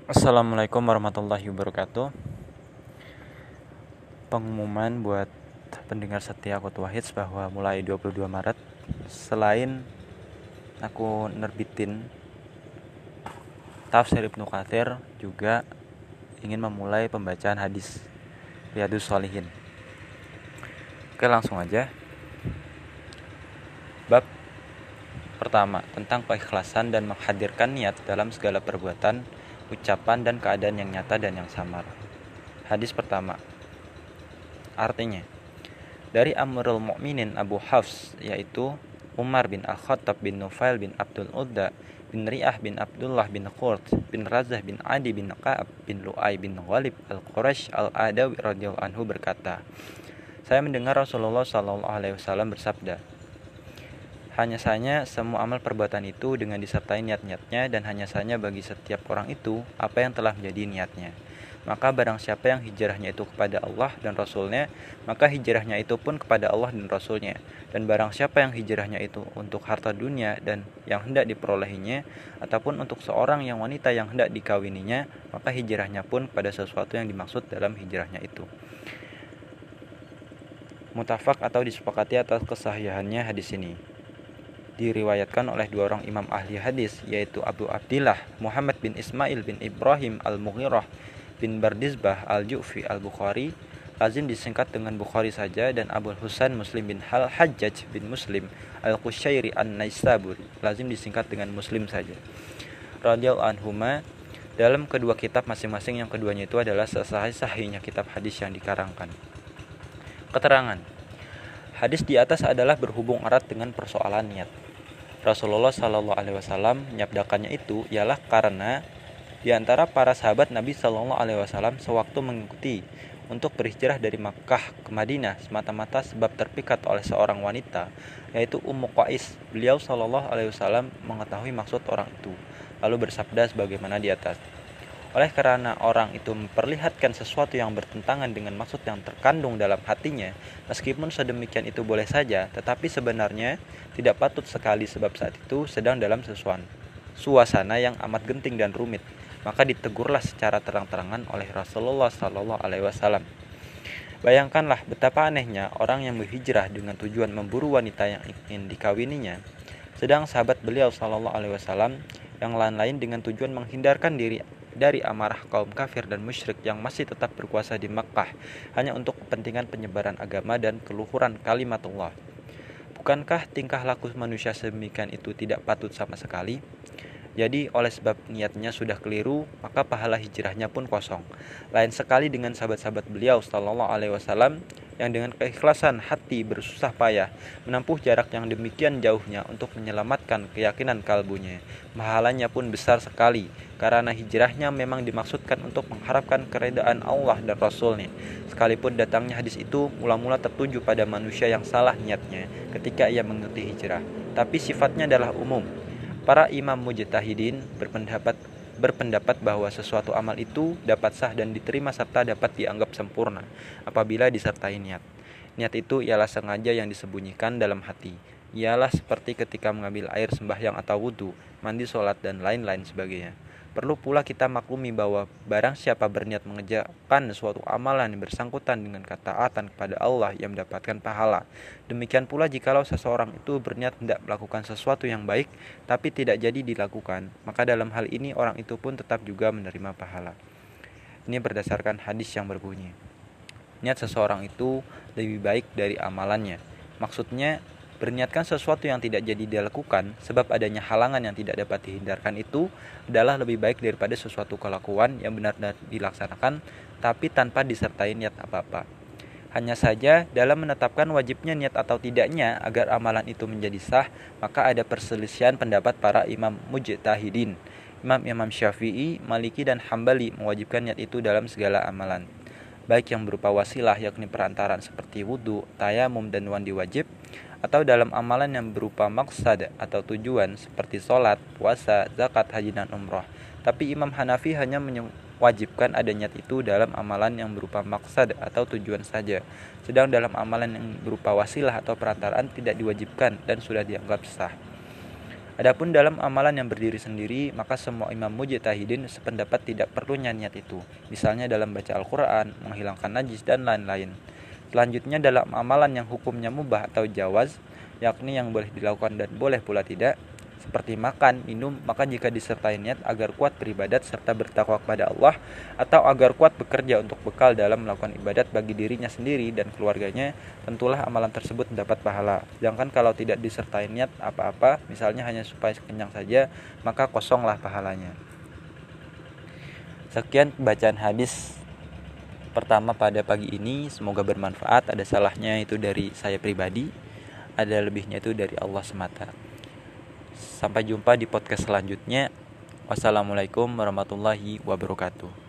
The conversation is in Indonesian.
Assalamualaikum warahmatullahi wabarakatuh. Pengumuman buat pendengar setia Qut Wahid bahwa mulai 22 Maret selain aku nerbitin Tafsir Ibnu Katsir, juga ingin memulai pembacaan hadis Riyadhus Shalihin. Oke, langsung aja. Bab pertama, tentang keikhlasan dan menghadirkan niat dalam segala perbuatan, ucapan dan keadaan yang nyata dan yang samar. Hadis pertama. Artinya, dari Amirul Mukminin Abu Hafs, yaitu Umar bin Al-Khattab bin Nufail bin Abdul Udda bin Ri'ah bin Abdullah bin Qurt bin Razah bin Adi bin Ka'ab bin Lu'ay bin Ghalib Al-Qurash Al-Adawi radhiyallahu anhu berkata, saya mendengar Rasulullah SAW bersabda, hanya saja semua amal perbuatan itu dengan disertai niat-niatnya, dan hanya saja bagi setiap orang itu apa yang telah menjadi niatnya. Maka barang siapa yang hijrahnya itu kepada Allah dan Rasulnya, maka hijrahnya itu pun kepada Allah dan Rasulnya. Dan barang siapa yang hijrahnya itu untuk harta dunia dan yang hendak diperolehinya, ataupun untuk seorang yang wanita yang hendak dikawininya, maka hijrahnya pun kepada sesuatu yang dimaksud dalam hijrahnya itu. Mutafak atau disepakati atas kesahihannya hadis ini. Diriwayatkan oleh dua orang imam ahli hadis, yaitu Abu Abdillah Muhammad bin Ismail bin Ibrahim al-Mughirah bin Bardizbah al-Ju'fi al-Bukhari, lazim disingkat dengan Bukhari saja, dan Abu Husain Muslim bin Hajjaj bin Muslim al-Qushairi an-Naisaburi, lazim disingkat dengan Muslim saja, radhiyallahu anhuma. Dalam kedua kitab masing-masing, yang keduanya itu adalah sahih-sahihnya kitab hadis yang dikarangkan. Keterangan hadis di atas adalah berhubung erat dengan persoalan niat. Rasulullah SAW menyabdakannya itu ialah karena di antara para sahabat Nabi SAW sewaktu mengikuti untuk berhijrah dari Makkah ke Madinah semata-mata sebab terpikat oleh seorang wanita, yaitu Ummu Qais. Beliau SAW mengetahui maksud orang itu, lalu bersabda sebagaimana di atas. Oleh karena orang itu memperlihatkan sesuatu yang bertentangan dengan maksud yang terkandung dalam hatinya, meskipun sedemikian itu boleh saja, tetapi sebenarnya tidak patut sekali sebab saat itu sedang dalam suasana yang amat genting dan rumit. Maka ditegurlah secara terang-terangan oleh Rasulullah SAW. Bayangkanlah betapa anehnya orang yang berhijrah dengan tujuan memburu wanita yang ingin dikawininya, sedang sahabat beliau SAW yang lain-lain dengan tujuan menghindarkan diri dari amarah kaum kafir dan musyrik yang masih tetap berkuasa di Makkah hanya untuk kepentingan penyebaran agama dan keluhuran kalimatullah. Bukankah tingkah laku manusia sedemikian itu tidak patut sama sekali? Jadi oleh sebab niatnya sudah keliru, maka pahala hijrahnya pun kosong. Lain sekali dengan sahabat-sahabat beliau SAW yang dengan keikhlasan hati bersusah payah menempuh jarak yang demikian jauhnya untuk menyelamatkan keyakinan kalbunya. Pahalanya pun besar sekali, karena hijrahnya memang dimaksudkan untuk mengharapkan keredaan Allah dan Rasulnya. Sekalipun datangnya hadis itu mula-mula tertuju pada manusia yang salah niatnya ketika ia mengikuti hijrah, tapi sifatnya adalah umum. Para imam mujtahidin berpendapat bahwa sesuatu amal itu dapat sah dan diterima serta dapat dianggap sempurna apabila disertai niat. Niat itu ialah sengaja yang disembunyikan dalam hati. Ialah seperti ketika mengambil air sembahyang atau wudhu, mandi, sholat, dan lain-lain sebagainya. Perlu pula kita maklumi bahwa barang siapa berniat mengerjakan suatu amalan yang bersangkutan dengan ketaatan kepada Allah yang mendapatkan pahala. Demikian pula jikalau seseorang itu berniat hendak melakukan sesuatu yang baik tapi tidak jadi dilakukan, maka dalam hal ini orang itu pun tetap juga menerima pahala. Ini berdasarkan hadis yang berbunyi, niat seseorang itu lebih baik dari amalannya. Maksudnya, berniatkan sesuatu yang tidak jadi dilakukan sebab adanya halangan yang tidak dapat dihindarkan itu adalah lebih baik daripada sesuatu kelakuan yang benar-benar dilaksanakan tapi tanpa disertai niat apa-apa. Hanya saja dalam menetapkan wajibnya niat atau tidaknya agar amalan itu menjadi sah, maka ada perselisihan pendapat para imam mujtahidin. Imam Syafi'i, Maliki, dan Hambali mewajibkan niat itu dalam segala amalan, baik yang berupa wasilah yakni perantaraan seperti wudhu, tayamum, dan mandi wajib, atau dalam amalan yang berupa maksad atau tujuan seperti sholat, puasa, zakat, haji, dan umroh. Tapi Imam Hanafi hanya mewajibkan ada niat itu dalam amalan yang berupa maksad atau tujuan saja, sedang dalam amalan yang berupa wasilah atau perantaraan tidak diwajibkan dan sudah dianggap sah. Adapun dalam amalan yang berdiri sendiri, maka semua imam mujtahidin sependapat tidak perlunya niat itu. Misalnya dalam baca Al-Quran, menghilangkan najis, dan lain-lain. Selanjutnya dalam amalan yang hukumnya mubah atau jawaz, yakni yang boleh dilakukan dan boleh pula tidak, seperti makan, minum, maka jika disertai niat agar kuat beribadat serta bertakwa kepada Allah, atau agar kuat bekerja untuk bekal dalam melakukan ibadat bagi dirinya sendiri dan keluarganya, tentulah amalan tersebut mendapat pahala. Sedangkan kalau tidak disertai niat apa-apa, misalnya hanya supaya kenyang saja, maka kosonglah pahalanya. Sekian bacaan hadis pertama pada pagi ini, semoga bermanfaat. Ada salahnya itu dari saya pribadi, ada lebihnya itu dari Allah semata. Sampai jumpa di podcast selanjutnya. Wassalamualaikum warahmatullahi wabarakatuh.